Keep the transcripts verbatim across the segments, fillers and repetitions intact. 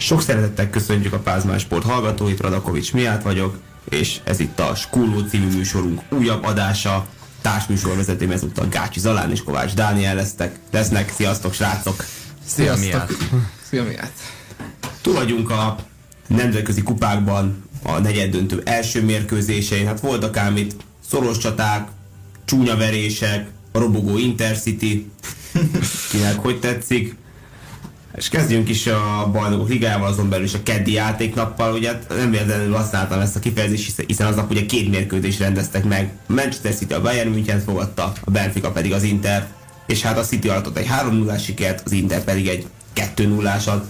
Sok szeretettel köszöntjük a Pázmány Sport hallgatóit, Radakovics Miát vagyok, és ez itt a Skulló című műsorunk újabb adása. Társműsorvezetőim ezúttal Gácsi Zalán és Kovács Dániel lesznek. lesznek. Sziasztok, srácok! Szia, Miát! Szia, Miát! Túl vagyunk a nemzetközi kupákban, a negyeddöntő első mérkőzésein. Hát voltak ám itt szoros csaták, csúnya verések, a robogó Intercity, kinek hogy tetszik. És kezdjünk is a Bajnokok Ligájával, azon belül is a keddi játéknappal. Ugye nem véletlenül használtam ezt a kifejezést, hiszen aznap ugye két mérkőzést rendeztek meg. A Manchester City a Bayern München fogadta, a Benfica pedig az Inter, és hát a City alatt egy három nullás sikert, az Inter pedig egy kettő nullásat.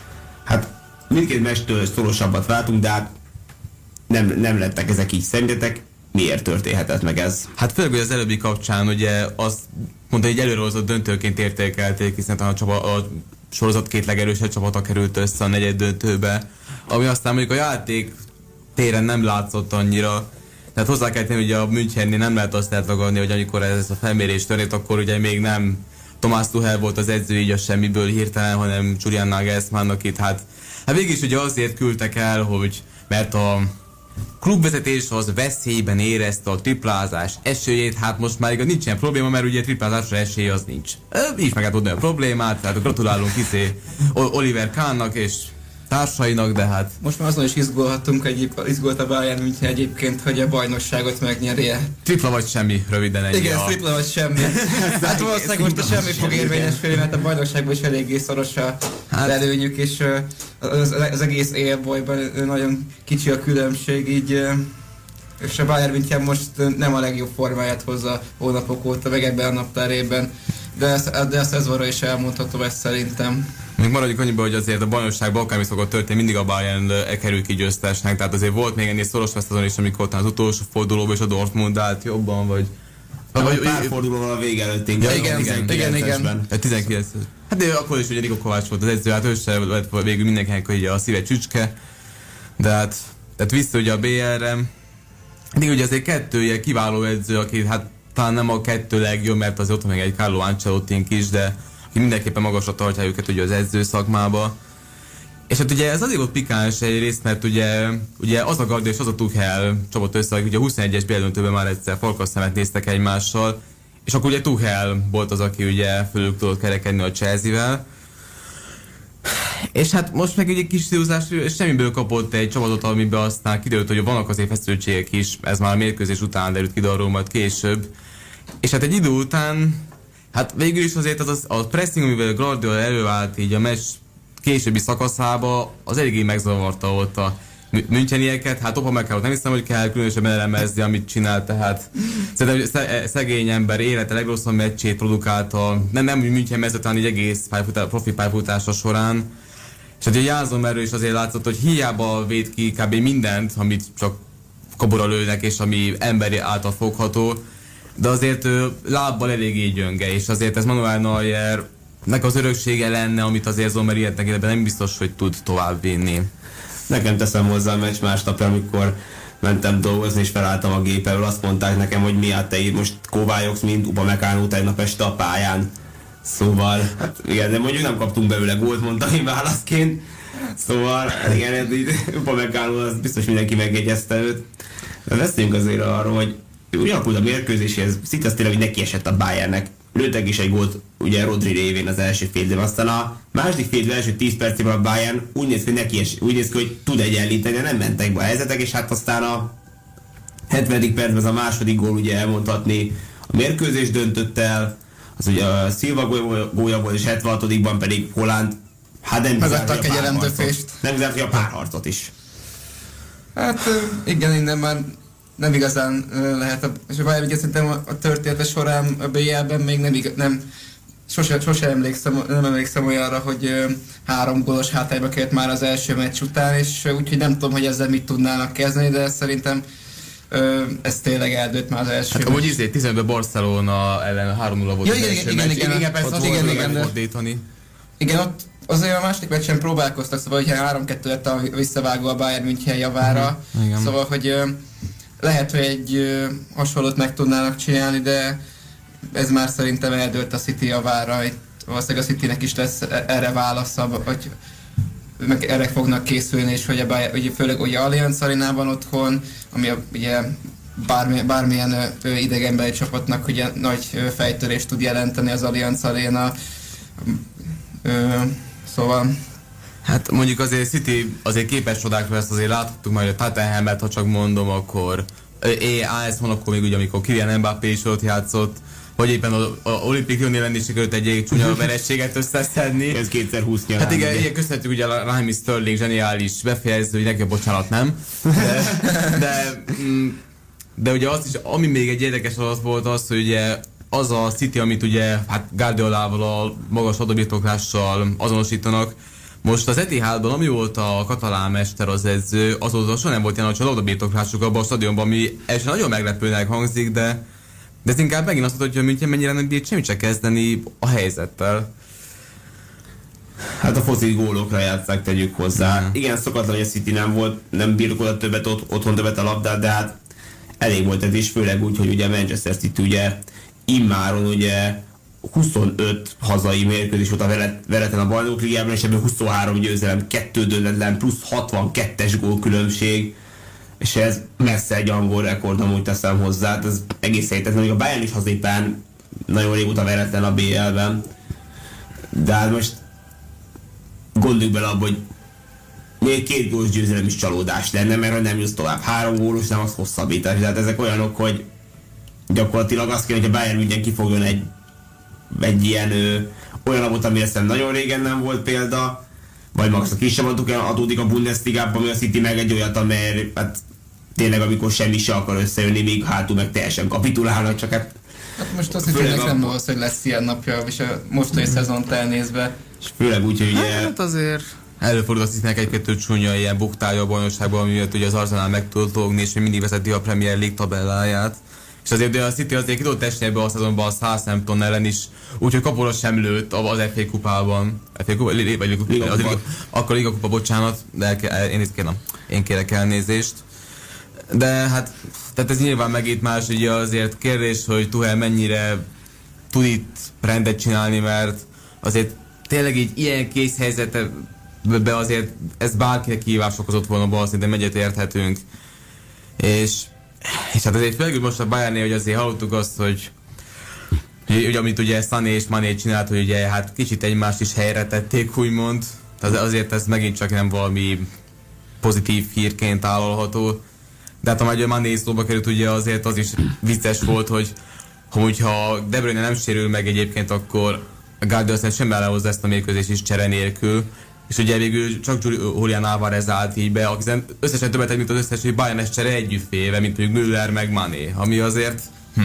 Hát mindkét meccstől szorosabbat váltunk, de hát nem, nem lettek ezek így. Szerintetek miért történhetett meg ez? Hát főleg, hogy az előbbi kapcsán ugye azt mondta, hogy előrehozott döntőként értékelték, hiszen a, csapa, a sorozat két legerősebb csapata került össze a negyed döntőbe, ami aztán mondjuk a játék téren nem látszott annyira. Tehát hozzá kell tenni, hogy a Münchennél nem lehet azt eltagadni, hogy amikor ez a felmérés történt, akkor ugye még nem Thomas Tuchel volt az edző így a semmiből hirtelen, hanem Julian Nagelsmannnak itt. Hát, hát végig is ugye azért küldtek el, hogy mert a klubvezetés az veszélyben érezte a triplázás esélyét, hát most már igaz nincsen probléma, mert ugye triplázásra esély az nincs. Így meg hát oldani a problémát, tehát gratulálunk izé Oliver Kahnnak és társainak, de hát... Most már azon is izgulhattunk, egy izgult a Bayern München egyébként, hogy a bajnokságot megnyerje. Tripla vagy semmi, röviden ennyi. Igen, a... tripla vagy semmi. Hát valószínűleg most a semmi fog érvényesülni, mert a bajnokságban is eléggé szoros a hát... előnyük, és az, az egész élbolyban nagyon kicsi a különbség, így... És a Bayern München most nem a legjobb formáját hozza hónapok óta, meg ebben a naptárében. De ezt, de ezt szezonra is elmondhatom ezt szerintem. Még maradjunk annyiba, hogy azért a bajnokságban akármi szokott történni, mindig a Bayern kerül ki győztesnek, tehát azért volt még ennél szoros szezon is, amikor az utolsó fordulóban is a Dortmund állt jobban, vagy... vagy, vagy pár fordulóval a vége előtt ja, igen, igen, igen, igen. tizenkilenc. Hát de akkor is ugye Niko Kovács volt az edző, hát ő se lett végül mindenkinek hogy a szíve csücske, de hát tehát vissza ugye a bé el-re. De ugye azért kettő ilyen kiváló edző, aki hát talán nem a kettő legjobb, mert azért ott van még egy Carlo Ancelottink is, de aki mindenképpen magasra tartja őket ugye az edző szakmába. És hát ugye ez azért volt pikáns egyrészt, mert ugye, ugye az a Guardiola és az a Tuchel csapott össze, hogy ugye a huszonegyes bé el-döntőben már egyszer farkas szemet néztek egymással, és akkor ugye Tuchel volt az, aki ugye fölük tudott kerekedni a Chelsea-vel. És hát most meg egy kis szívózás, semmiből kapott egy csapatot, amiben aztán kiderült, hogy vannak azért feszültségek is, ez már a mérkőzés után derült ki, arról majd később. És hát egy idő után, hát végül is azért az, a pressing, amivel Guardiola előállt így a meccs későbbi szakaszába, az eléggé megzavarta ott a münchenieket. Hát Opameckáot nem hiszem, hogy kell különösebben elemezni, amit csinál, tehát szerintem szegény ember élete legrosszabb meccsét produkálta, nem, nem München mezőt, hanem így egész pályafutá, profi pályafutása során. És hát a Jászommerről is azért látszott, hogy hiába véd ki kb. Mindent, amit csak kabura lőnek, és ami emberi által fogható, de azért ő lábbal eléggé gyönge, és azért ez Manuel Neuernek az öröksége lenne, amit azért Zomer ilyetnek életben nem biztos, hogy tud tovább vinni. Nekem teszem hozzá a meccs másnapra, amikor mentem dolgozni, és felálltam a gép elől, azt mondták nekem, hogy miatt te így most kóvályogsz, mint Upamecano tegnap este a pályán. Szóval, hát igen, de mondjuk nem kaptunk belőle gólt, mondtam én válaszként. Szóval, igen, Upamecano, az biztos mindenki megjegyezte őt. Beszéljünk azért arról, hogy úgy alakult a mérkőzéséhez, szinte az tényleg, hogy neki esett a Bayernnek. Lőttek is egy gólt ugye Rodri révén az első fél időben, aztán a második fél idő első tíz percében a Bayern úgy néz ki, hogy neki es, úgy néz ki, hogy tud egyenlíteni, nem mentek be a helyzetek, és hát aztán a hetvenedik percben az a második gól ugye elmondhatni a mérkőzés döntött el, az ugye a Silva gólja volt, és hetvenhatodikban pedig Holland, hát nem megadtak egy jelentőfést. Nem zárta a párharcot is. Hát igen, innen már nem igazán lehet, a, és a Bayern szerintem a története során a bé el-ben még nem, igaz, nem sose, sose emlékszem, nem emlékszem olyanra, hogy ö, három gólos hátályba kellett már az első meccs után, és úgyhogy nem tudom, hogy ezzel mit tudnának kezdeni, de szerintem ö, ez tényleg eldőtt már az első hát, meccs. Amúgy izé tizenötben Barcelona ellen három nulla volt ja, az igen, első igen, meccs. igen, igen, persze, ott igen, igen, igen, fordítani. Igen, ott azért a második meccsen próbálkoztak, szóval hogyha három kettő lett a visszavágó a Bayern München javára, uh-huh. Szóval, hogy ö, lehet, hogy egy ö, hasonlót meg tudnának csinálni, de ez már szerintem eldőlt a City javára. Itt valószínűleg a Citynek is lesz erre válasza, hogy meg erre fognak készülni, és hogy a Bayern, ugye főleg ugye Allianz Arénában otthon, ami a, ugye bármi, bármilyen ö, idegenbeli csapatnak ugye nagy ö, fejtörést tud jelenteni az Allianz Arena. Ö, szóval... Hát mondjuk azért City azért képes csodákra, ezt azért láthattuk majd a Tottenhamet, ha csak mondom, akkor á es Monaco még ugye, amikor Kylian Mbappé is ott játszott, vagy éppen az Olympique Lyonnal is sikerült egy csúnya vereséget összeszedni. Ez kétezer-húsz nyarán. Hát igen, ilyen köszönhetjük ugye a Raheem Sterling zseniális befejező, hogy neki bocsánat nem. De, de, de ugye azt is, ami még egy érdekes adat volt az, hogy ugye az a City, amit ugye hát Guardiolával, a magas adóbirtoklással azonosítanak, most az Etihadban, ami volt a katalán mester az edző, azóta soha nem volt ilyen nagy adóbirtoklásuk abban a stadionban, ami első nagyon meglepőnek hangzik, de, de ez inkább megint azt mutatja, hogy München mennyire nem bírt semmit se kezdeni a helyzettel. Hát a foci gólokra játszák, tegyük hozzá. Mm. Igen, szokatlan, hogy a City nem volt, nem bírt oda többet, ott, otthon többet a labdát, de hát elég volt ez is, főleg úgy, hogy ugye Manchester City ugye immáron ugye huszonöt hazai mérkőzés volt a vereten a Bajnokok Ligában, és ebből huszonhárom győzelem, kettő döntetlen, plusz hatvankettes gólkülönbség, és ez messze egy angol rekord, amúgy teszem hozzá, ez egész hihetetlen, hogy a Bayern is hazépán nagyon régóta veretlen a bé el-ben, de hát most gondoljuk bele abba, hogy még két gólos győzelem is csalódás lenne, mert ha nem jussz tovább három gólos, nem az hosszabbítás, tehát ezek olyanok, hogy gyakorlatilag azt kéne, hogy a Bayern München kifogjon egy egy ilyen ö, olyan napot, amire szerintem nagyon régen nem volt példa, vagy max a kisebb adók adódik a Bundesligában, ami a City meg egy olyat, amely hát tényleg amikor semmi se akar összejönni, még hátul meg teljesen kapitulálnak, csak hát... Hát most azt hiszem, nem volt, hogy lesz ilyen napja, és a mostani mm-hmm. szezont elnézve. És főleg úgy, hogy ugye... Hát azért... Előfordul azt hisznek egy-kettő csúnya ilyen buktája a bajnokságban, ami miatt ugye az Arsenal meg tud lógni, és mindig vezeti a Premier League tabelláját. És azért de a City azért ki tudott esni ebbe a szezonban a Southampton ellen is, úgyhogy kapóra sem lőtt az ef á kupában. ef á kupa, vagy Liga kupa, akkor Liga kupa, bocsánat, de el, én, kérem, én kérek elnézést. De hát, tehát ez nyilván megint más, ugye azért kérdés, hogy Tuchel mennyire tud itt rendet csinálni, mert azért tényleg így ilyen kész helyzetbe azért ez bárkinek kihívás okozott volna, bal szintén egyet érthetünk. És És hát azért főleg most a Bayernnél, hogy azért hallottuk azt, hogy ugye, amit ugye Sané és Mané csinált, hogy ugye hát kicsit egymást is helyre tették, úgymond. Tehát azért ez megint csak nem valami pozitív hírként állalható. De hát amely a Mané szóba került, ugye azért az is vicces volt, hogy hogyha De Bruyne nem sérül meg egyébként, akkor Guardiola sem elhozza ezt a mérkőzést is csere nélkül. És ugye végül csak Julián Álvarez állt így be, aki összesen többet, mint az összes Bayern-es csere együtt félve, mint mondjuk Müller meg Mané, ami azért hm,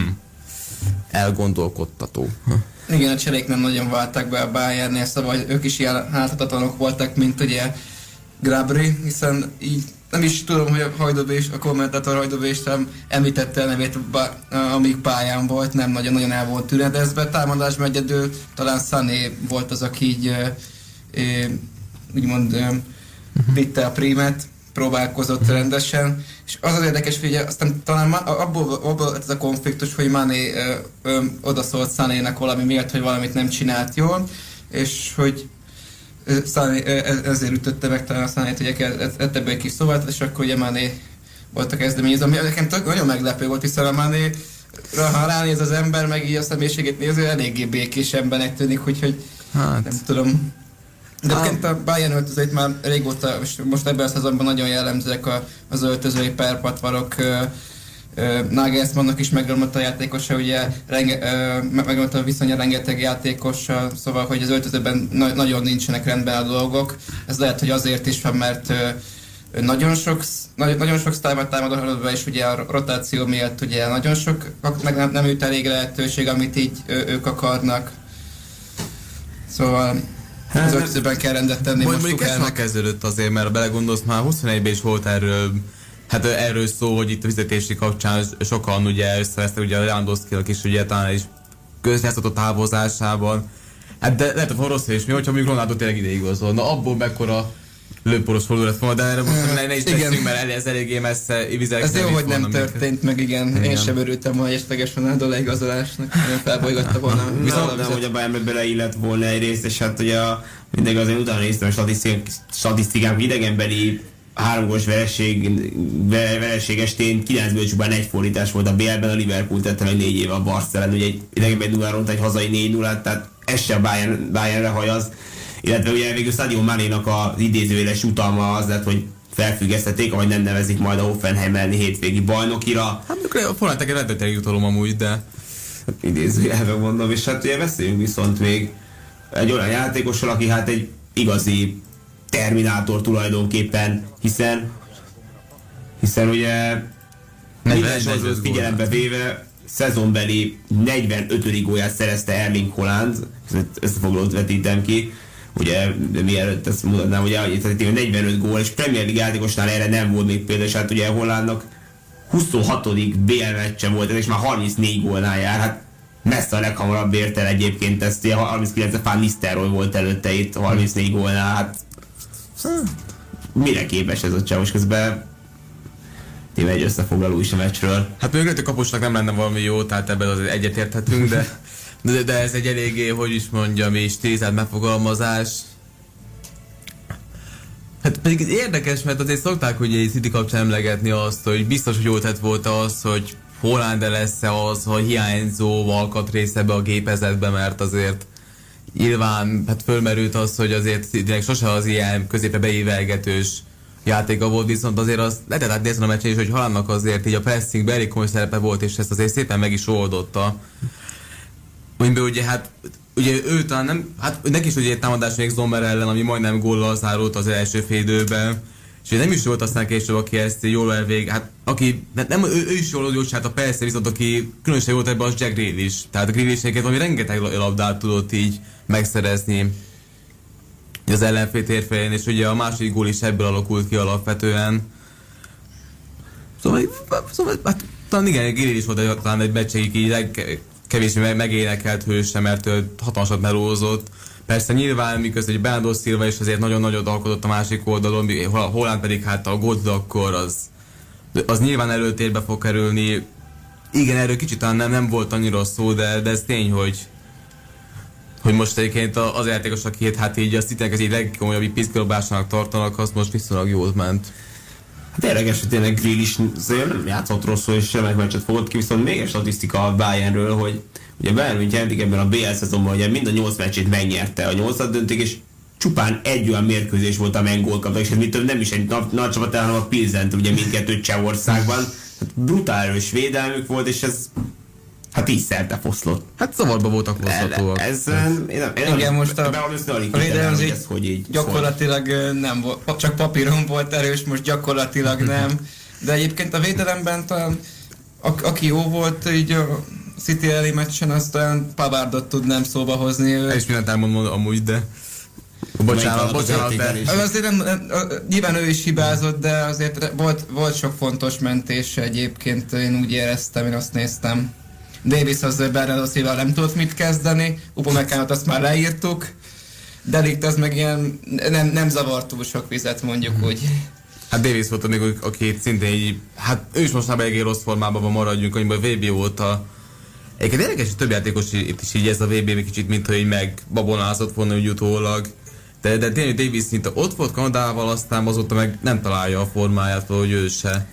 elgondolkodtató. Igen, a cserék nem nagyon váltak be a Bayernnél, szóval ők is ilyen láthatatlanok voltak, mint ugye Gnabry, hiszen így nem is tudom, hogy a Hajdobés, a kommentátor Hajdobés sem említette a nevét, amíg pályán volt, nem nagyon-nagyon el volt tünedezve. Támadásban egyedül talán Sané volt az, aki így e, e, úgymond e, vitte a prímet, próbálkozott rendesen, és az az érdekes, hogy ugye, aztán talán abból, abból ez a konfliktus, hogy Mané ö, ö, odaszólt Sanének valami miatt, hogy valamit nem csinált jól, és hogy Sané, ezért ütötte meg talán a Sanét, hogy ettől ebből egy kis szóval, és akkor ugye Mané volt a kezdeményező, ami nekem tök nagyon meglepő volt, hiszen a Mané, ha ránéz az ember, meg így a személyiségét néző, eléggé békés embernek tűnik, úgyhogy hát. Nem tudom. De egyébként a Bayern öltözőit már régóta, most ebben a szezonban nagyon jellemzőek az öltözői perpatvarok. Nagelsmannnak is megromlott a játékosa, ugye megromlott a viszonya rengeteg játékossal, szóval hogy az öltözőben na- nagyon nincsenek rendben a dolgok. Ez lehet, hogy azért is van, mert nagyon sok, nagyon, nagyon sok sztárban támadó be, és ugye a rotáció miatt ugye nagyon sok, meg nem, nem jut elég lehetőség, amit így ők akarnak. Szóval az öltözőben kell rendet tenni. Most mondjuk ez már kezdődött azért, mert belegondolsz, már huszonegyben is volt erről, hát erről szó, hogy itt a fizetési kapcsán sokan ugye összevesztek, ugye a Lewandowski-nak is ugye talán is közjátszott a távozásában. Hát de lehet, hogy rossz és mi, hogyha mondjuk Ronaldo tényleg ide igazol. Na abból mekkora lőporos forduló lett volna, de erre most ne, ne is Igen. teszünk, mert ez eléggé messze vizek. Ez jó, hogy nem volna történt meg, igen. Igen. Én sem örültem a esetleges Ronaldo leigazolásnak, nem felbolygatta volna. Viszont nem, hogy a Bayernbe beleillett volna egyrészt, és hát ugye a, mindegy azért utána néztem a statisztikák, statisztikák hogy idegenbeli háromgós vereség, vereség estén kilencből csupán egy fordítás volt a bé el-ben, a Liverpool tette meg négy éve a Barcelona, ugye egy idegenben nulla ront, egy hazai négy nullát, tehát ez se a Bayern, Bayernre hajaz. Illetve ugye végül Sadio Manénak az idézőjeles utalma az lett, hogy felfüggesztették, ahogy nem nevezik majd a Hoffenheim elleni hétvégi bajnokira. Hát mikor a Fornátek egy rendőteli jutalom amúgy, de... Idézőjelben mondom, és hát ugye beszéljünk viszont még egy olyan játékosról, aki hát egy igazi terminátor tulajdonképpen, hiszen hiszen ugye minden sorozat figyelembe véve szezonbeli negyvenötödik gólját szerezte Erling Haaland, összefoglalót vetítem ki, ugye mielőtt ezt mutatnám, ugye negyvenöt gól, és Premier League játékosnál erre nem volt még példa, és hát ugye Haalandnak huszonhatodik bé el meccse volt, és már harmincnégy gólnál jár, hát messze a leghamarabb ért el egyébként ezt, ugye harminckilenc Van Nistelrooy volt előtte itt harmincnégy gólnál, hát mire képes ez a csávos közben? Tényleg egy összefoglaló is a meccsről. Hát még a kapusnak nem lenne valami jó, tehát ebben azért egyetérthetünk, de, de, de ez egy eléggé, hogy is mondjam, és stilizált megfogalmazás. Hát pedig érdekes, mert azért szokták ugye egy City kapcsán emlegetni azt, hogy biztos, hogy jó tett volt az, hogy Haaland lesz-e az, hogy hiányzó alkatrész ebbe a gépezetbe, mert azért nyilván hát fölmerült az, hogy azért tényleg sose az ilyen középre beívelgetős játéka volt, viszont azért az lehetett látni ezen a meccsen is, hogy Haalandnak azért így a pressingben elég komoly szerepe volt, és ezt azért szépen meg is oldotta. Úgyhogy ugye hát, ugye ő talán nem, hát neki is ugye egy támadás még Sommer ellen, ami majdnem góllal zárult az első fél időben, és ugye nem is volt aztán később, aki ezt jól elvég, hát aki, hát nem, ő, ő is jól, jól csinálta persze, viszont aki különösen volt ebben az Jack Grealish, tehát a Grealish-eket valami rengeteg labdát tudott így megszerezni az ellenfél térfelén, és ugye a második gól is ebből alakult ki alapvetően. Szóval, szóval hát, talán igen, Grealish volt talán egy meccségig így legkevésbé megénekelt hőse, mert ő hatalmasat melózott. Persze nyilván, miközben egy Bernardo Silva is azért nagyon nagyot alkotott a másik oldalon, Haaland pedig hát a gólt, akkor az, az nyilván előtérbe fog kerülni. Igen, erről kicsit talán nem, nem volt annyira szó, de, de ez tény, hogy hogy most egyébként az játékos, akit hát így azt hittek, ez így legkomolyabb piszkilobásának tartanak, az most viszonylag jól ment. Hát érdekes, hogy tényleg Grealish nem játszott rosszul, és remek meccset fogott ki, viszont még egy statisztika a Bayernről, hogy ugye a Bayern München eddig ebben a bé el szezonban ugye mind a nyolc meccsét megnyerte a nyolcad dönték, és csupán egy olyan mérkőzés volt, amelyen gól kaptak, és ez mit több nem is egy nagy, nagy csapat, hanem a Pilzent, ugye mindkettőt Csehországban. Hát brutál erős védelmük volt, és ez hát így szerte foszlott. Hát zavarba voltak hozhatóak. Ez, én, én, én igen, most a, a védelem ez hogy így gyakorlatilag szól. Nem volt, csak papíron volt erős, most gyakorlatilag nem. De egyébként a védelemben talán a, aki jó volt így a City elleni meccsen, aztán Pavardot tudnám szóba hozni. És mindent elmondom amúgy, de... Bocsánat, bocsánat, de... Azért nem, nem, nyilván ő is hibázott, de azért volt, volt sok fontos mentés egyébként, én úgy éreztem, én azt néztem. Davis az Bernardo Silva nem tudott mit kezdeni, Upamecánot azt már leírtuk, Delikt az meg ilyen nem, nem zavart túl sok vizet, mondjuk mm. úgy. Hát Davis volt még, aki szintén így, hát ő is most már eléggé rossz formában van, maradjunk, amiben a vé bé óta. Egyébként érdekes, hogy több játékos itt is így ez a vé bé még kicsit, mint hogy így megbabonázott volna úgy utólag. De, de tényleg Davis szinte ott volt Kanadával, aztán azóta meg nem találja a formáját, hogy ő se.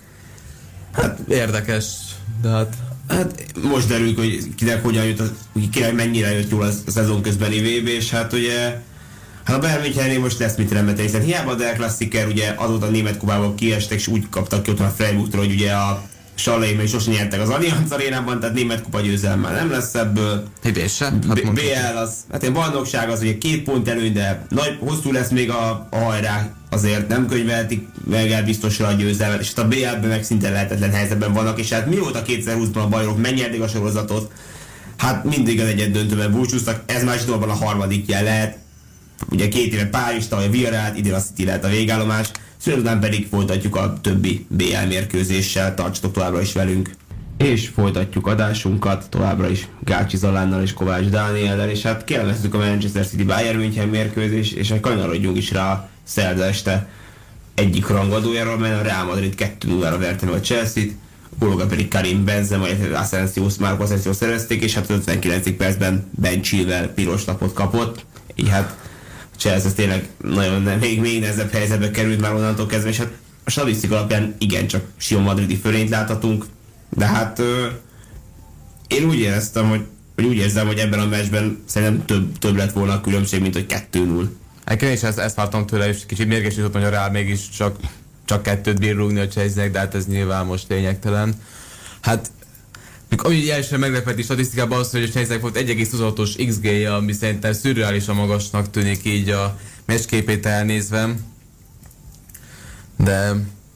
Hát érdekes, de hát... Hát most derül, hogy kinek hogyan jött, kinek mennyire jött jól a szezon közbeni vé bé, és hát ugye hát a Bayern Münchennél most lesz mit remeteni, hiszen hiába a Der Klassiker ugye azóta a német kubából kiestek, és úgy kaptak ki otthon a Freiburgtól, hogy ugye a Schalleiben is sosem nyertek az Allianz Arénában, tehát német kupa győzelemmel nem lesz ebből. Hibés se? Hát bé el az, hát egy bajnokság az ugye két pont előny, de nagy, hosszú lesz még a, a hajrá, azért nem könyvelhetik meg el biztosra a győzelmet, és hát a bé el-ben meg szinte lehetetlen helyzetben vannak, és hát mióta kétezer-húszban a bajnok megnyerték a sorozatot, hát mindig az egyet döntőben búcsúztak, ez már zsinórban a harmadik jel lehet, ugye két éve Párizs, tavaly a Villarreal, idén a City lehet a végállomás, szünet után pedig folytatjuk a többi bé el mérkőzéssel, tartsatok továbbra is velünk. És folytatjuk adásunkat továbbra is Gácsi Zalánnal és Kovács Dániellel, és hát kielemezzük a Manchester City Bayern München mérkőzés, és hát kanyarodjunk is rá a szerda este egyik rangadójáról, mert a Real Madrid kettő nulla verte meg a Chelsea-t, gólokat pedig Karim Benzema, illetve Asensio, Marco Asensio szerezték, és hát az ötvenkilencedik percben Ben Chilwell piros lapot kapott, így hát a Chelsea tényleg nagyon még, még nehezebb helyzetbe került már onnantól kezdve, és hát a statisztika alapján igencsak sima madridi fölényt láthatunk, de hát ö, én úgy éreztem, hogy, hogy úgy érzem, hogy ebben a meccsben szerintem több, több lett volna a különbség, mint hogy kettő null. Én is ezt, ezt vártam tőle, és kicsit mérges is ott, hogy a Real mégis csak, csak kettőt bír rúgni a Chelsea-nek, de hát ez nyilván most lényegtelen. Hát, ami első meglepeti statisztikában az, hogy a Chelsea-nek volt egy egész huszonhatos iksz gé-je, ami szerintem szürreálisan magasnak tűnik így a meccsképét elnézve. De...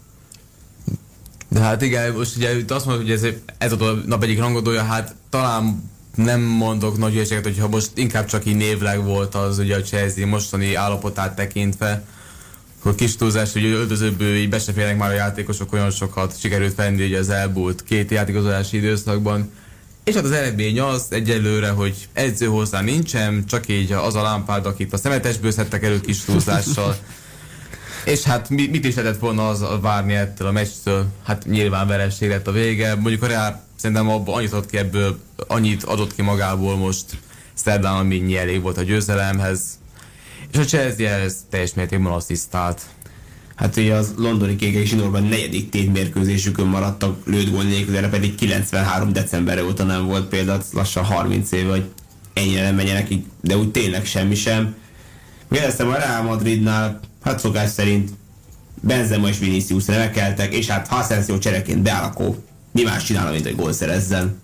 De hát igen, most ugye azt mondod, hogy ez, ez a nap egyik rangadója, hát talán nem mondok nagy hülyeséget, hogyha most inkább csak így névleg volt az ugye a Chelsea mostani állapotát tekintve, hogy kis túlzás, hogy öltözőből így be se férnek már a játékosok, olyan sokat sikerült venni ugye az elmúlt két játékozási időszakban. És hát az eredmény az egyelőre, hogy edző hozzá nincsen, csak így az a Lampard, akit a szemetesből szedtek elő kis túlzással. És hát mit is lehetett volna az várni ettől a meccstől? Hát nyilván vereség lett a vége. Mondjuk a Real szerintem abban annyit adott ki ebből, annyit adott ki magából most szerdán, amennyi elég volt a győzelemhez. És a Chelsea ez teljes mértékben asszisztált. Hát ugye az londoni kékek zsinórban negyedik tétmérkőzésükön maradtak lőtt gól nélkül, erre pedig kilencvenhárom decemberre óta nem volt például, lassan harminc év, hogy ennyire nem menjenek így, de úgy tényleg semmi sem. Kérdeztem a Real Madridnál, hát szokás szerint Benzema és Vinicius remekeltek, és hát ha Asensio csereként beáll, akkor mi más csinálna, mint hogy gól szerezzen.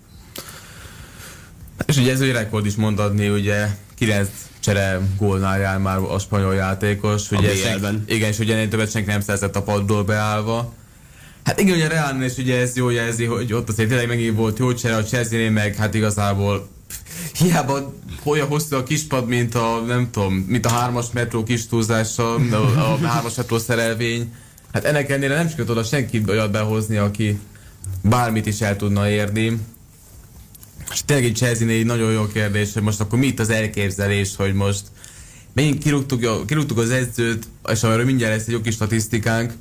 És ugye ez egy rekord is mondhatni, ugye kilenc csere gólnál jár már a spanyol játékos. Ugye senki, igen, és ugye ennél többet senki nem szerzett a padról beállva. Hát igen, ugye a Realnál is ugye ez jól jelzi, hogy ott azért tényleg megint volt jó csere, a Chelsea-nél meg hát igazából hiába olyan hosszú a kispad, mint a, nem tudom, mint a hármas metró kis túlzással, a, a hármas metró szerelvény. Hát ennek ellenére nem sikerült oda senkit olyat behozni, aki bármit is el tudna érni. És tényleg egy Chelsea-nél nagyon jó kérdés, hogy most akkor mi itt az elképzelés, hogy most megint kirúgtuk, kirúgtuk az edzőt, és arra mindjárt lesz egy jó kis statisztikánk,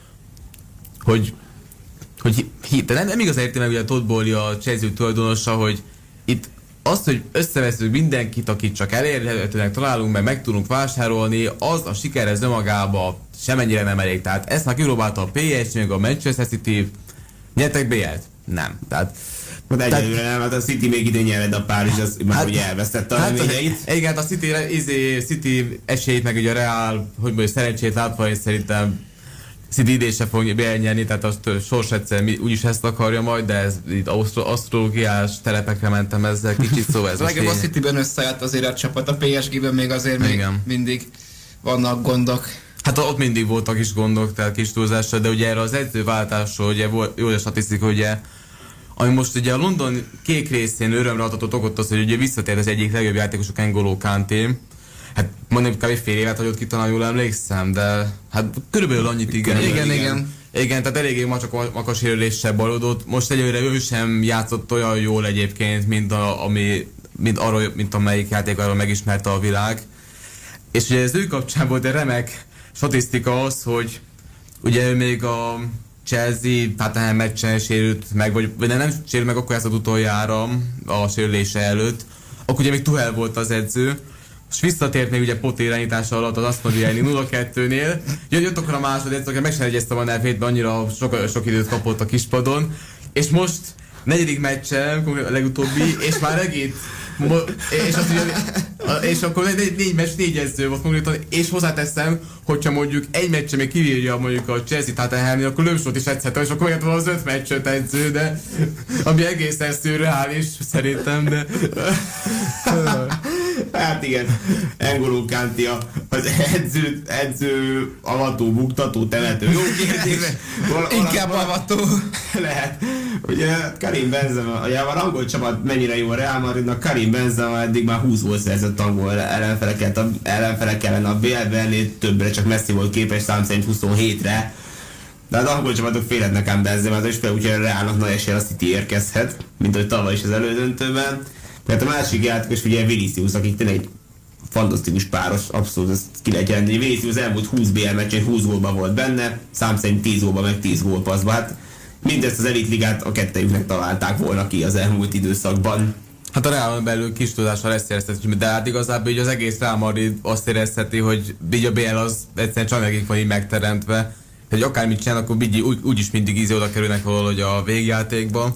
hogy, hogy de nem, nem igaz érti meg ugye a Todd Bowley, a Chelsea tulajdonosa, hogy itt azt, hogy összeveszünk mindenkit, akit csak elérhetőnek találunk, meg meg tudunk vásárolni, az a sikerhez önmagába semennyire nem elég. Tehát ezt már kipróbálta a pé es gé, meg a Manchester City, nyertek bé el-t? Nem. Tehát hát egyelőre nem, hát a City még idén nyered, a Párizs az már hát, ugye elvesztette a hát, reményeit. Igen, hát a City, izé, City esélyt, meg ugye a Real, hogy mondjuk szerencsét látva, és szerintem City idén se fog bé el nyerni, tehát azt sors egyszer úgyis ezt akarja majd, de ez itt asztrológiás telepekre mentem ezzel kicsit, szóval ez a a Cityben összeállt azért a csapat, a pé es gé-ben még azért még mindig vannak gondok. Hát ott mindig voltak is gondok, tehát kis túlzással, de ugye erre az edzőváltásról, ugye volt jó a statisztika, ugye, ami most ugye a London kék részén örömre adhatott okot az, hogy ugye visszatért az egyik legjobb játékosok N'Golo Kanté. Hát mondjuk kb. Fél évet hagyott ki, talán jól emlékszem, de hát körülbelül annyit igen. Igen, igen. igen. Igen, tehát eléggé makas sérüléssel bajlódott. Most egyelőre ő sem játszott olyan jól egyébként, mint, a, ami, mint, arról, mint amelyik játékáról megismerte a világ. És ugye ez ő kapcsán volt egy remek statisztika az, hogy ugye ő még a Chelsea Tottenham meccsen sérült meg, vagy, vagy nem sérült meg, akkor játszott utoljára a sérülése előtt. Akkor ugye még Tuchel volt az edző, és visszatért még ugye Potter irányítása alatt az Aston Villa nulla kettőnél. Jött akkor a másodedző, aki meg sem egyezte a nervét, annyira sok, sok időt kapott a kispadon. És most negyedik meccsen, a legutóbbi, és már egész és, azt ugye, és akkor négy, négy meccs, négy edző volt konkrétan, és hozzáteszem, hogyha mondjuk egy meccsen még kivírja mondjuk a Chelsea Tottenhamnél, akkor Lömsot is edzhető, és akkor olyan az öt meccset edző, de ami egészen szürreális szerintem, de hát igen, N'Golo Kanté az edző, edző, avató, buktató, temető. Jó kérdés. Val- Inkább avató. Lehet. Ugye Karim Benzema, ugye a rangolt csapat mennyire jó a Real Madridnak, Karim Benzema eddig már húsz gólt szerzett angol ellenfelek ellen a bé el-ben, többre csak Messi volt képes, szám szerint huszonhétre. De az angol csapatok félhetnek ám Benzemától, és például úgyhogy a Realnak nagy esélye a City érkezhet, mint hogy tavaly is az elődöntőben. Tehát a másik játékos ugye Vinicius, akik tényleg fantasztikus páros, abszolút ezt ki lehet jelenteni. Vinicius az elmúlt húsz bé el meccsen húsz gólban volt benne, szám szerint tíz gólban, meg tíz gólpasszban. Hát mindezt az elitligát a kettejüknek találták volna ki az elmúlt időszakban. Hát a Reálon belül kis tudással ezt érezteti, de hát igazából így az egész Real Madrid azt érezheti, hogy így a bé el az egyszerűen csak nekik van így megteremtve, hogy akármit csinál, akkor így, úgy, úgyis mindig ízé oda kerülnek valahogy a végjátékba.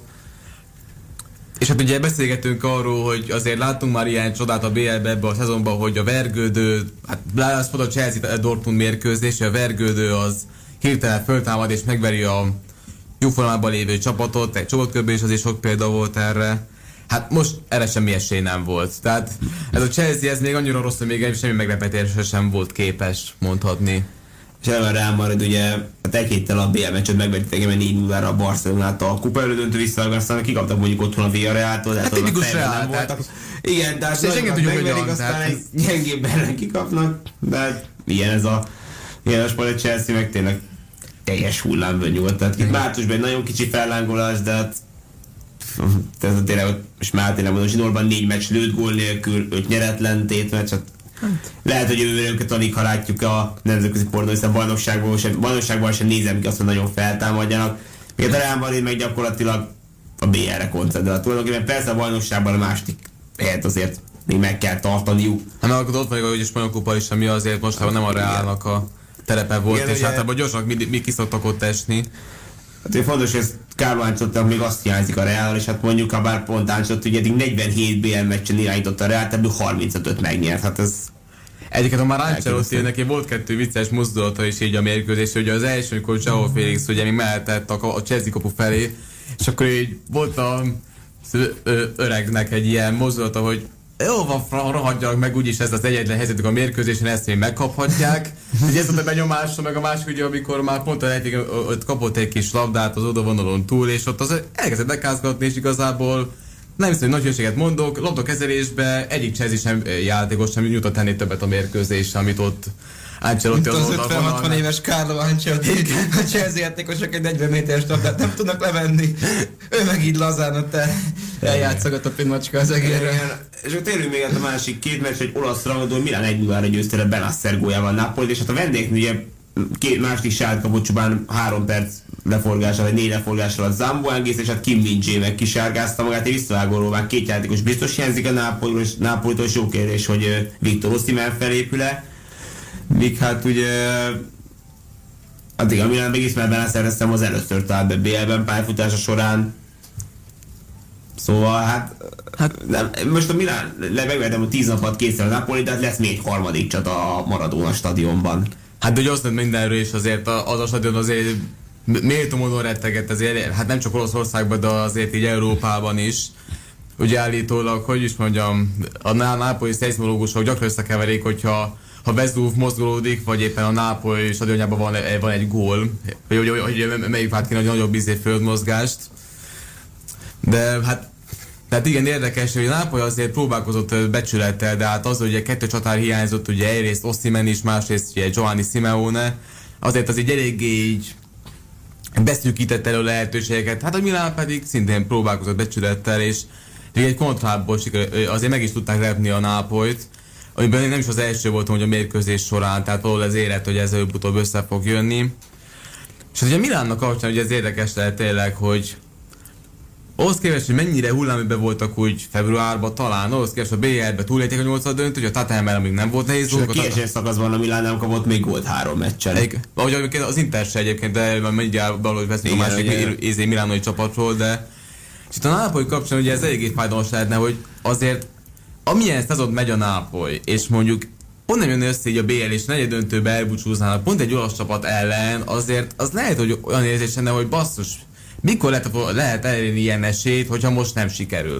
És hát ugye beszélgetünk arról, hogy azért láttunk már ilyen csodát a bé el-be ebbe a szezonban, hogy a vergődő, hát az a Chelsea Dortmund mérkőzés, a vergődő az hirtelen föltámad és megveri a jó formában lévő csapatot, egy csoportkörben is azért sok példa volt erre. Hát most erre semmi esély nem volt. Tehát ez a Chelsea ez még annyira rossz, hogy még semmi meglepetésre sem volt képes mondhatni. És elven Real Madrid ugye hát egy héttel a bé el meccset megvették engem négy nullára a Barcelonától a kupa elődöntő visszavágásra, aztán kikaptak mondjuk otthon a Villarrealtól. Hát tipikus Real, voltak. Igen, tehát nagyokat megverik, aztán egy gyengébb ellen kikapnak, de hát ilyen ez a ilyen a sport, a Chelsea meg tényleg teljes hullámban nyúlt. Tehát itt márciusban egy nagyon kicsi fellángolás, de hát tehát tényleg, most már tényleg mondom, Zsinórban négy meccs lőtt gól nélkül, öt nyeretlen tétmeccs, hát lehet, hogy jövőre őket alig, ha látjuk a nemzetközi pornó, hiszen bajnokságban sem, bajnokságban sem nézem ki azt, hogy nagyon feltámadjanak. Még a Real Madrid meg gyakorlatilag a bé el-re koncentrál. Tulajdonképpen persze a bajnokságban a második helyet azért még meg kell tartaniuk. Hát meg akkor ott van, hogy a spanyol kupa is, ami azért most nem a Realnak a terepe volt, igen, és ugye, általában gyorsan mi, mi kiszoktak ott esni. Hát én fontos, hogy Carlo Ancelottinak még azt hiányzik a Real, és hát mondjuk, ha bár pont Ancelotti, ugye eddig negyvenhét bé el meccsen irányította a Real, ebből harmincötöt megnyert, hát ez... Egyiket, ha már Ancelotti, neki volt kettő vicces mozdulata is így a mérkőzés, hogy az első, amikor João Félix ugye még mehetett a, a Chelsea kapu felé, és akkor így volt a öregnek egy ilyen mozdulata, hogy jó van, rohadjanak meg, úgyis ez az egyetlen helyzetük a mérkőzésen, ezt még megkaphatják. Ugye ez volt a benyomásra, meg a másik ugye, amikor már pont a egyik, ott kapott egy kis labdát az odavonalon túl, és ott az elkezdett megázgatni, és igazából nem hiszem, hogy nagy hülyeséget mondok, labdakezelésbe egyik Chelsea sem játékos sem jutott tenni többet a mérkőzésre, amit ott Ancelotti az ötven-hatvan éves Carlo Ancelotti, a Chelsea játékosok egy negyven méteres labdát nem tudnak levenni. Ő meg így lazán ott el, eljátszogatott egy macska az egérre. És akkor térjünk még a másik két meccs, egy olasz rangadó, Milán egy nullára győzte le Benacer góljával Napoli, és hát a vendégek ugye két második sárt kapott csupán három perc leforgással, vagy négy leforgással a Zamboangész, és hát Kim Min-jae meg kisárgázta magát, egy visszavágóról már két játékos biztos hiányzik a Nápolytól, és Nápolytól is jó kérdés, hogy Victor Osimhen felépül-e. Míg hát ugye addig a Milán meg Ismael Benacer az először talált be bé el-ben pályafutása során. Szóval hát, hát nem, most a Milán megvertem a tíz napot kétszer a Napoli, de hát lesz még harmadik csata a Maradona stadionban. Hát de hogy azt mindenről is azért az a stadion azért méltó módon retteget, azért, hát nem csak Olaszországban, de azért így Európában is. Ugye állítólag, hogy is mondjam, a nápolyi szeizmológusok gyakran összekeverik, hogyha ha Vezúv mozgolódik, vagy éppen a Nápoly stadionjában van, van egy gól, hogy, hogy, hogy melyik vált ki a nagyobb izé földmozgást. De hát, tehát igen, érdekes, hogy a Nápoly azért próbálkozott becsülettel, de hát az, hogy ugye kettő csatár hiányzott, ugye egyrészt Osimhen is, másrészt ugye Giovanni Simeone, azért az így eléggé így beszűkített elő lehetőségeket, hát a Milán pedig szintén próbálkozott becsülettel, és egy kontrából azért meg is tudták repni a Nápolyt, amiben nem is az első voltam, hogy a mérkőzés során, tehát valahol ez érett, hogy ez előbb-utóbb össze fog jönni. És hát ugye Milánnak kapcsán, hogy ez érdekes lehet tényleg, hogy ahhoz képest, hogy mennyire hulláműben voltak úgy februárban talán, ahhoz képest a bé el-be túlélték a nyolcad döntő, hogy a Tottenham amíg nem volt nehéz. És a kiesés szakaszban a Milán nem kapott még gólt három meccsen. Ahogy az Inter se egyébként, de mindjárt valahogy veszünk a másik ézé milánói csapatról, de és itt a Nápoly kapcsán ugye ez eléggé fájdalmas lehetne, hogy azért amilyen szezon megy a Nápoly, és mondjuk pont nem jönne össze így a bé el és negyed döntőbe elbúcsúznának pont egy olasz csapat ellen, azért az lehet, hogy olyan érzés lenne, hogy basszus, mikor lehet, lehet elérni ilyen esélyt, hogyha most nem sikerül?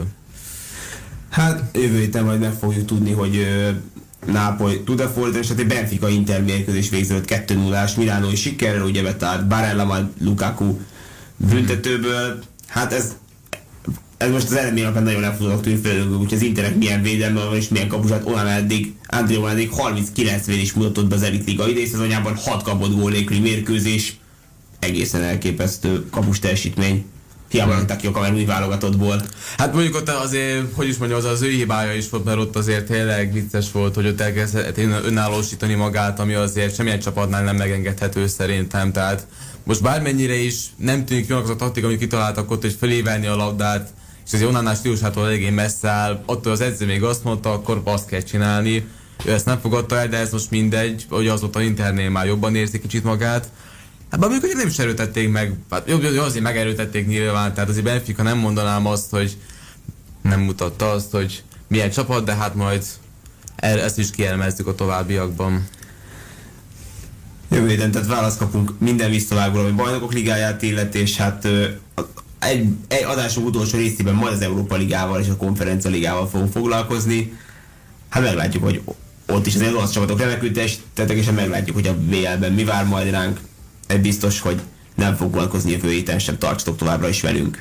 Hát jövő héten majd meg fogjuk tudni, hogy uh, Nápoly tud-e fordítani, és hát egy Benfica Inter mérkőzés végződött kettő nullás milánói sikerrel, ugye betárt Barella, majd Lukaku büntetőből. Hát ez Ez most az eredményekben nagyon nem tudok tűnni, főleg, hogy az Internek milyen védelme van és milyen kapusát, onnan eddig, Andrea eddig harminckilenc védés mutatott be az Elitliga idei szezonjában, hat kapott gól nélküli mérkőzés, egészen elképesztő kapus teljesítmény. hiába rakták ki a kameruni válogatottból. Hát mondjuk ott azért, hogy is mondjam, az az ő hibája is volt, mert ott azért tényleg vicces volt, hogy ott elkezdett önállósítani magát, ami azért semmilyen csapatnál nem megengedhető szerintem. Tehát most bármennyire is nem tűnik jónak az a taktika, amit kitaláltak ott, hogy felévelni a labdát, és az Onanás stílusától eléggé messze áll, attól az edző még azt mondta, akkor azt kell csinálni. Ő ezt nem fogadta el, de ez most mindegy, hogy az ott a Internél már jobban érzi kicsit magát. Hát mondjuk, hogy nem is erőtették meg, hát jó, jó, azért megerőtették nyilván, tehát azért Benfica nem mondanám azt, hogy nem mutatta azt, hogy milyen csapat, de hát majd ezt is kielmezzük a továbbiakban. Jövő héten, tehát választ kapunk minden visszavágóra, ami Bajnokok Ligáját illet, és hát egy, egy adásunk utolsó részében majd az Európa Ligával és a Konferencia Ligával fogunk foglalkozni. Hát meglátjuk, hogy ott is az olasz csapatok remekül teljesítettek, és meglátjuk, hogy a vé el-ben mi vár majd ránk. Ez biztos, hogy nem fog foglalkozni jövő héten sem, tartsatok továbbra is velünk.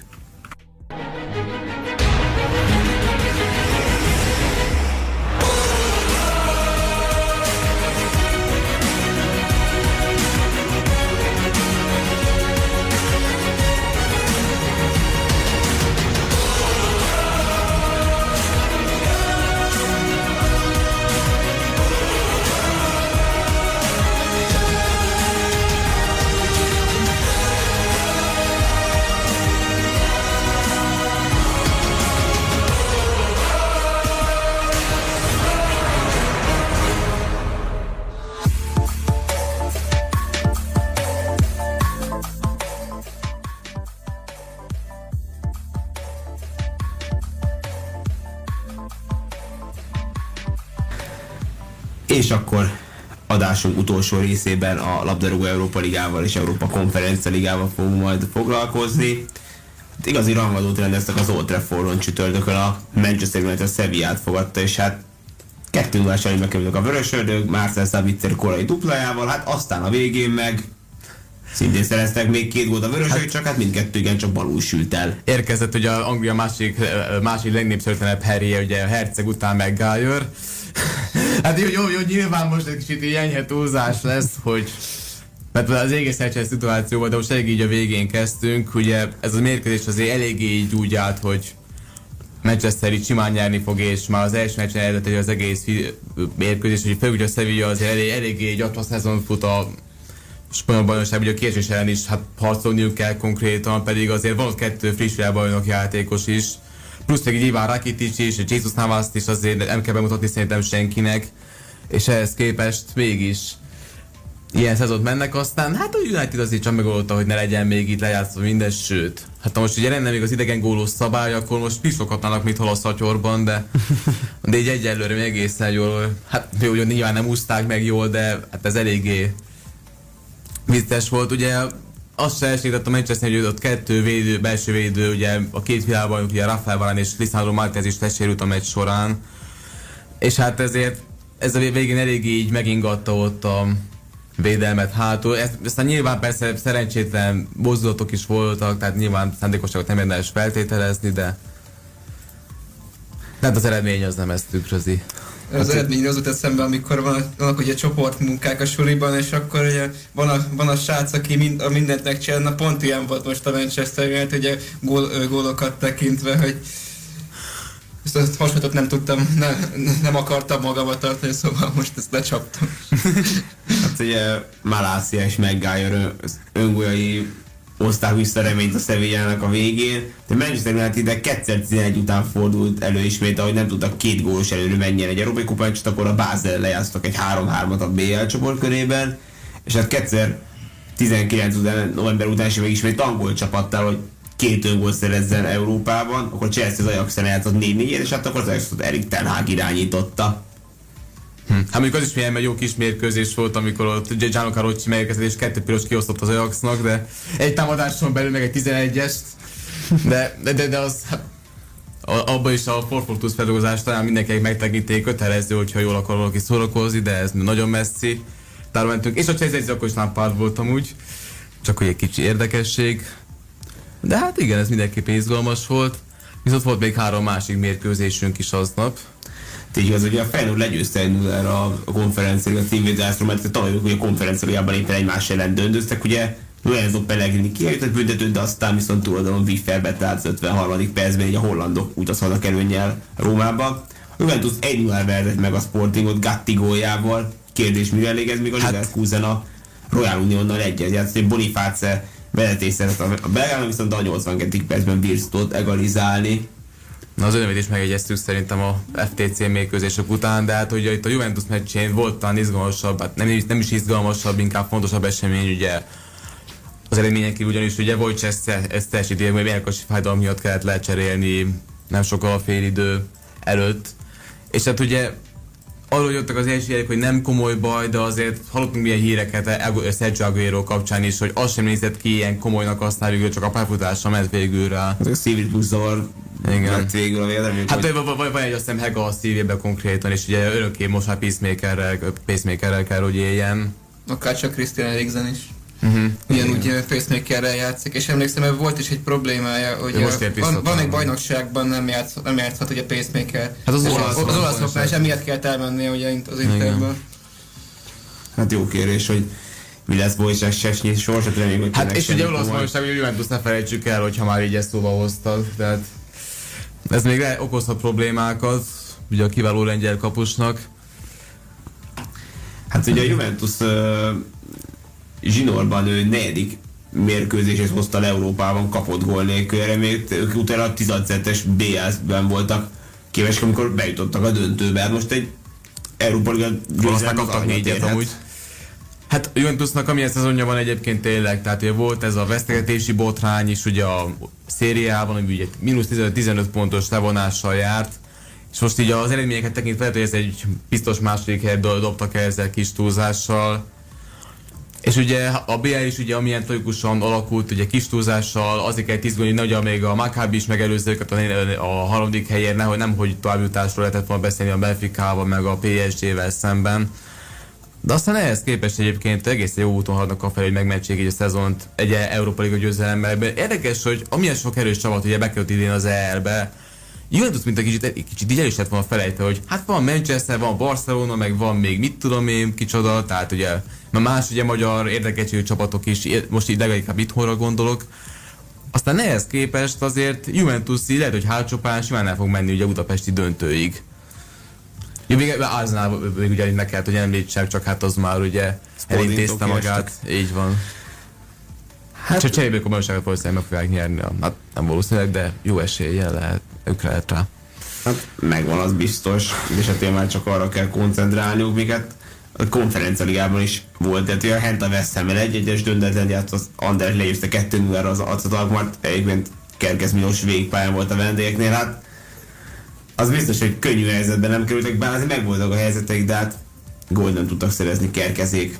És akkor adásunk utolsó részében a labdarúgó Európa Ligával és Európa Konferencia Ligával fogunk majd foglalkozni. Hát igazi rangadót rendeztek az Old Traffordon csütörtökön, a Manchester United a Sevillát fogadta, és hát kettő nullás előnybe kerültek a vörösördők, Marcel Sabitzer korai duplájával, hát aztán a végén meg szintén szereztek még két gólt a vörösök, hát, csak hát mindkettő igen csak balul sült el. Érkezett ugye a Anglia másik, másik legnépszerűtlenebb herje, ugye a Herceg után meg Gallagher. Hát jó, jó, jó, nyilván most egy kicsit enyhe túlzás lesz, hogy mert az egész egy szituációban, de most elég így a végén kezdtünk, ugye ez a mérkőzés azért eléggé így úgy állt, hogy Manchester így simán nyerni fog, és már az első meccsen eredett az egész mérkőzés, hogy főleg a Sevilla azért elég, eléggé egy atlas szezon fut a spanyol bajnokság, ugye a kiesés ellen is hát harcolniuk kell konkrétan, pedig azért van ott kettő friss világbajnok játékos is, plusz még Ivan Rakitic is, Jesus Navast is azért nem kell bemutatni szerintem senkinek, és ehhez képest mégis ilyen szezont mennek, aztán hát a United azért csak megoldotta, hogy ne legyen még itt lejátszva minden, sőt. Hát ha most ugye lenne még az idegen gólós szabály, akkor most piszokhatnának, mint hol a szatyorban, de, de így egyelőre még egészen jól, hát jó, nyilván nem úszták meg jól, de hát ez eléggé vicces volt, ugye azt se esélytett a Manchester, hogy ott kettő védő, belső védő, ugye a két világbajnok, ugye Rafael Varane és Lisandro Martinez is lesérült a meccs során, és hát ezért ez a végén eléggé így megingatta ott a védelmet hátul. Ezt, aztán nyilván persze szerencsétlen mozdulatok is voltak, tehát nyilván szándékosságot nem érdemes feltételezni, de hát az eredmény az nem ezt tükrözi. Az eredmény az ut eszembe, amikor van, vannak ugye csoportmunkák a suliban, és akkor ugye van a, van a srác, aki mind, a mindent megcsinál, na pont ilyen volt most a Manchester United, ugye gól, gólokat tekintve, hogy ezt a hasonlót nem tudtam, ne, nem akartam magamba tartani, szóval most ezt lecsaptam. Hát ugye Malacia és Maguire öngolyai hozták vissza reményt a Sevillának a végén, de Manchester United kétezer-tizenegy után fordult elő ismét, ahogy nem tudtak két gólos előre menjen egy Európai Kupát, akkor a Basel lejátszottak egy három-hármat a bé el csoportkörében, és hát kétezer-tizenkilenc után, november után is még ismét angol csapattal, hogy két öngól szerezzen Európában, akkor Chelsea az Ajax-en játszott négy négy, és hát akkor az Ajax-ot Erik ten Hag irányította. Hm. Hát mondjuk az is milyen jó kis mérkőzés volt, amikor ott Gianluca Rocci megérkezett és kettő piros kiosztott az Ajaxnak, de egy támadáson belül meg egy tizenegyest, de, de, de, de az hát, abban is a Forfortus feldolgozás talán mindenkinek megtekinték, kötelező, hogyha jól akar valaki szórakozni, de ez nagyon messzi. Tára mentünk, és a Chelsea akkor is Lampard volt amúgy, csak hogy egy kicsi érdekesség. De hát igen, ez mindenképpen izgalmas volt, viszont volt még három másik mérkőzésünk is aznap. Így igaz, hogy a Feyenoord legyőzte egy nullára a konferenciára a címvédzászról, mert tavaly hogy a konferenciájában éppen egymás ellen döntöztek, ugye Lorenzo Pellegrini kihagyott büntetőt, de aztán viszont túloldalon Wifferbe talált az ötvenharmadik percben, így a hollandok utazhatnak előnnyel Rómába. A Juventus egy nulla vezetett meg a Sportingot Gatti góljával. Kérdés, mire elég ez még a Leverkusen a Royal Unionnal egyet játszott, hogy Boniface vezetés szerett a belgának, viszont a nyolcvankettedik percben Wirtz tudott egalizálni. Na az önövet is megegyeztük szerintem a ef té cé mérkőzések után, de hát ugye itt a Juventus meccsén volt talán izgalmasabb, hát nem, nem is izgalmasabb, inkább fontosabb esemény ugye az eredményen kívül, ugyanis ugye Wojciech Szczesnyit hogy mérkőzési fájdalom miatt kellett lecserélni nem sokkal a félidő előtt, és hát ugye arról jöttek az első jelek, hogy nem komoly baj, de azért hallottunk milyen híreket Sergio Aguero kapcsán is, hogy az sem nézett ki ilyen komolynak, aztán végül csak a pályafutásra ment végül rá. A szívritmus zavar lett végül a védelmi. Hát hogy... vagy, vagy egy azt hiszem Hega a szívébe konkrétan, és ugye örökké most már pacemakerrel, pacemakerrel kell, hogy éljen. Akár csak Christian Eriksen is. Uh-huh. Ilyen úgy pacemakerrel játszik, és emlékszem, hogy volt is egy problémája, hogy a, van, van egy bajnokságban nem, játsz, nem játszhat ugye pacemaker. Hát az, olasz, az olaszoknál, és emiatt kell elmennie ugye az Interből. Hát jó kérés, hogy mi lesz Wojciech Szczesny sorsát, reméljük, hogy hát és ugye olasz bajnokság, hogy Juventus ne felejtsük el, hogyha már így ezt szóba hoztad, tehát ez még okozhat problémákat, ugye a kiváló lengyel kapusnak. Hát ugye a Juventus uh, zsinórban ő negyedik mérkőzését hozta le Európában kapott gól nélkül, erre még ők utána a tizenkettes bé es-ben voltak képesek, amikor bejutottak a döntőbe. Hát most egy Európa Liga győzelmet kaptak négyet amúgy. Hát a Juventusnak amilyen szezonja van egyébként tényleg, tehát ugye volt ez a vesztegetési botrány is ugye a szériában, ami ugye mínusz tizenöt pontos levonással járt, és most így az eredményeket tekintve lehet, hogy ez egy biztos második helyet dobtak el ezzel kis túlzással. És ugye a bé el is ugye amilyen tragikusan alakult, ugye kis túlzással, azért kell tízgolni, hogy még a Maccabi is megelőzte őket a, a harmadik helyen, nehogy nem, hogy továbbjutásról lehetett volna beszélni a Benficával, meg a pé es gé-vel szemben. De aztán ehhez képest egyébként egészen jó úton haladnak a fel, hogy megmentsék így a szezont egy Európa Liga győzelemmel. Érdekes, hogy amilyen sok erős csapat ugye bekerült idén az é el-be, Juventus mint a kicsit, egy kicsit így el is lett volna felejtve, hogy hát van Manchester, van Barcelona, meg van még mit tudom én, kicsoda, tehát ugye más ugye magyar érdekeltségű csapatok is, most így legalább itthonra gondolok. Aztán ehhez képest azért Juventus lehet, hogy hátsó pályán simán el fog menni ugye a budapesti döntőig. Ja, még Arsenal még ugye meg kellett, hogy említsek, csak hát az már ugye elintézte magát. Így van. Hát, csak cseréből a bajnokságot valószínűleg meg fogják nyerni. Hát nem valószínűleg, de jó eséllyel lehet, ők lehet rá. Hát megvan, az biztos, és hát már csak arra kell koncentrálniuk, miket a konferencialigában is volt, tehát a Henta West Ham-mel egy-egyes döntetlen játszott, az Anders leírta kettő nulla az arcatalak, mert egyébként Kerkez Milos végigpályán volt a vendégeknél, hát az biztos, hogy könnyű helyzetben nem kerültek, bár azért megvoltak a helyzeteik, de hát gólt nem tudtak szerezni Kerkezék.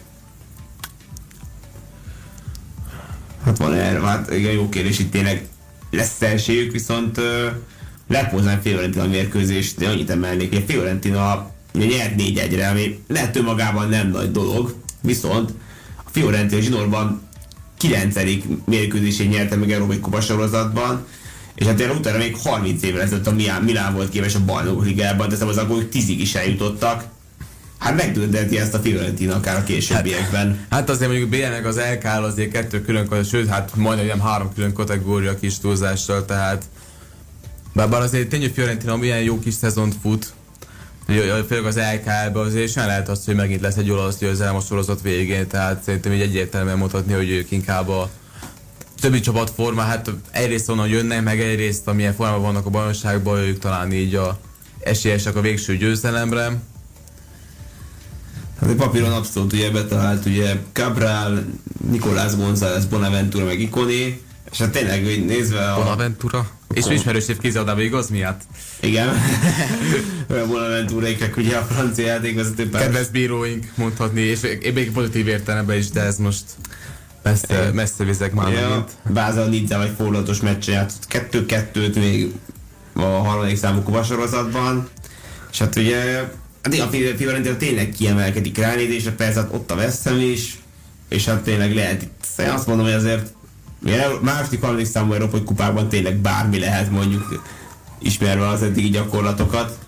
Hát van erre, hát igen, jó kérdés, itt tényleg lesz esélyük, viszont uh, Lepozán Fiorentina mérkőzést, de annyit emelnék, hogy a Fiorentina nyert négy egyre, ami lehet önmagában nem nagy dolog, viszont a Fiorentina zsinórban kilencedik mérkőzését nyerte meg Európai Kupa sorozatban, és hát utána még harminc évvel ezelőtt a Milán, Milán volt képes a Bajnokok Ligában, de az akkor tízig is eljutottak. Hát megdönteti ezt a Fiorentina akár a későbbiekben. Hát, hát azért mondjuk bé el meg az el ká azért kettő külön, sőt hát majdnem nem három külön kategória kis túlzással, tehát bár azért tény, hogy Fiorentina milyen jó kis szezont fut, főleg az el ká-be azért sem lehet azt, hogy megint lesz egy olasz győzelem a sorozat végén, tehát szerintem így egyértelműen mondhatni, hogy ők inkább a többi csapat forma, hát egyrészt onnan jönnek, meg egyrészt amilyen formában vannak a bajnokságban, ők talán így a esélyesek a végső győzelemre. Hát a papíron abszolút ugye betalált ugye Cabral, Nicolás González, Bonaventura meg Ikoné, és hát tényleg hogy nézve a... Bonaventura? És Kon... ismerős év kézilabdában igaz miatt? Igen. A Bonaventuréknek ugye a francia játékvezető pár... Kedves bíróink mondhatni, és még pozitív értelemben is, de ez most messze, messze vizek már ja, megint. Bázel Nizza vagy fordulatos meccsen játszott kettő-kettőt még a harmadik számú kupasorozatban, és hát ugye a Fiorentina tényleg kiemelkedik ránézésre, persze hát ott a West Ham is, és hát tényleg lehet itt, én azt mondom, hogy azért második harmadik számú Európai Kupában tényleg bármi lehet, mondjuk ismerve az eddigi gyakorlatokat.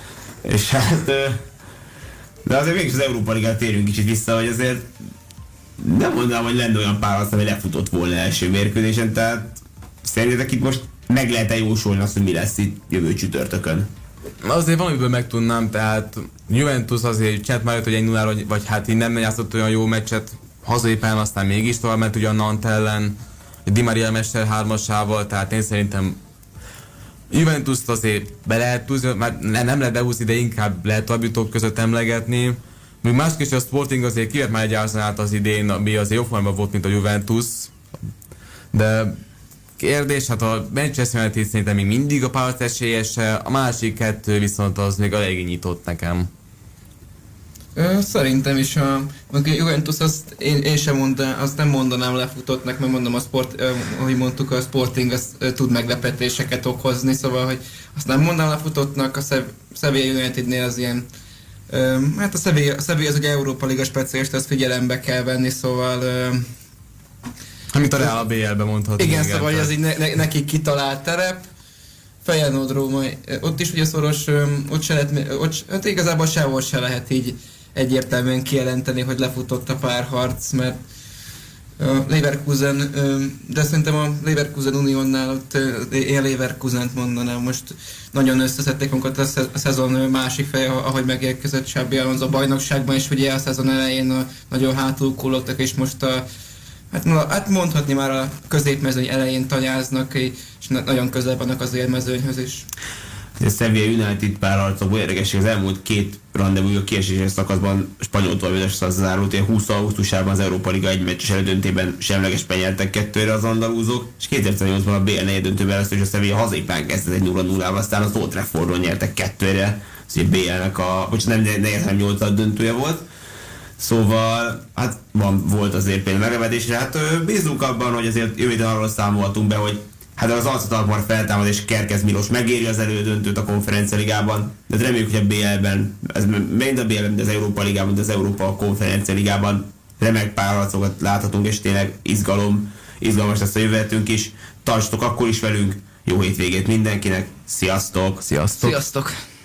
És hát de azért mégis az Európa Ligát térünk kicsit vissza, hogy azért nem mondanám, hogy lenne olyan pár, ami lefutott volna első mérkőzésen, tehát szerintetek itt most meg lehet-e jósolni azt, hogy mi lesz itt jövő csütörtökön? Azért valamiből megtudnám, tehát Juventus azért csinált már, hogy egy nulla vagy hát így nem játszott olyan jó meccset hazai pályán, aztán mégis tovább ment ugye a Nantes ellen, Di Maria mester hármasával, tehát én szerintem Juventus-t azért be lehet túlzni, már nem lehet behúzni, de inkább lehet továbbjutók között emlegetni. Még másképp a Sporting azért kivett már egy Arsenalt az idén, ami azért jobb formában volt, mint a Juventus. De kérdés, hát a Manchester United szerintem még mindig a pályázat esélyese, a másik kettő viszont az még eléggé nyitott nekem. Ö, szerintem is a, a Juventus azt én, én sem mondanám, azt nem mondanám lefutottnak, mert mondom a sport, ö, ahogy mondtuk, a Sporting az, ö, tud meglepetéseket okozni, szóval hogy azt nem mondanám lefutottnak, a Sevilla Unitednél az ilyen ö, hát a Sevilla, a Sevilla az ugye Európa Liga specialist, azt figyelembe kell venni, szóval ö, amit a Real a bé el-ben mondhatni. Igen, igen, szóval ez így ne, ne, nekik kitalált terep. Feyenoord Róma, ott is ugye szoros, ott se lehet, ott, ott igazából sehol se lehet így egyértelműen kijelenteni, hogy lefutott a párharc, mert a Leverkusen, de szerintem a Leverkusen Uniónnál ott én Leverkusent mondanám, most nagyon összeszedték magukat a szezon másik feje, ahogy megérkezett Xabi Alonso a bajnokságban, és ugye a szezon elején nagyon hátul kullottak, és most a Hát, hát mondhatni már a középmezőny elején tanyáznak, és nagyon közel vannak az élmezőnyhöz is. A Sevilla United párharcokból érdekesség, az elmúlt két randevú a kieséses szakaszban spanyol továbbjutással zárult, húsz augusztusában az Európa Liga egy meccses elődöntében semlegesen nyertek kettőre az andalúzok, és kétezer-tizennyolcban a bé el negyeddöntőben lesz, és a Sevilla hazépán kezdett egy nulla nullával, aztán az Old Traffordon nyertek kettőre, az a bé el-nek a, bocsánat, nem negyedik nyolcad döntője volt. Szóval, hát van, volt azért például meglepetés, hát bízunk abban, hogy azért jövő héten arról számolhatunk be, hogy hát az Alcatalpar feltámad és Kerkez Milos megéri az elődöntőt a Konferencia Ligában, de reméljük, hogy a bé el-ben, ez mind a bé el-ben, az Európa Ligában, de az Európa Konferencia Ligában remek párharcokat láthatunk, és tényleg izgalom, izgalmas lesz a jövő hetünk is. Tartsatok akkor is velünk, jó hétvégét mindenkinek, sziasztok! Sziasztok! Sziasztok.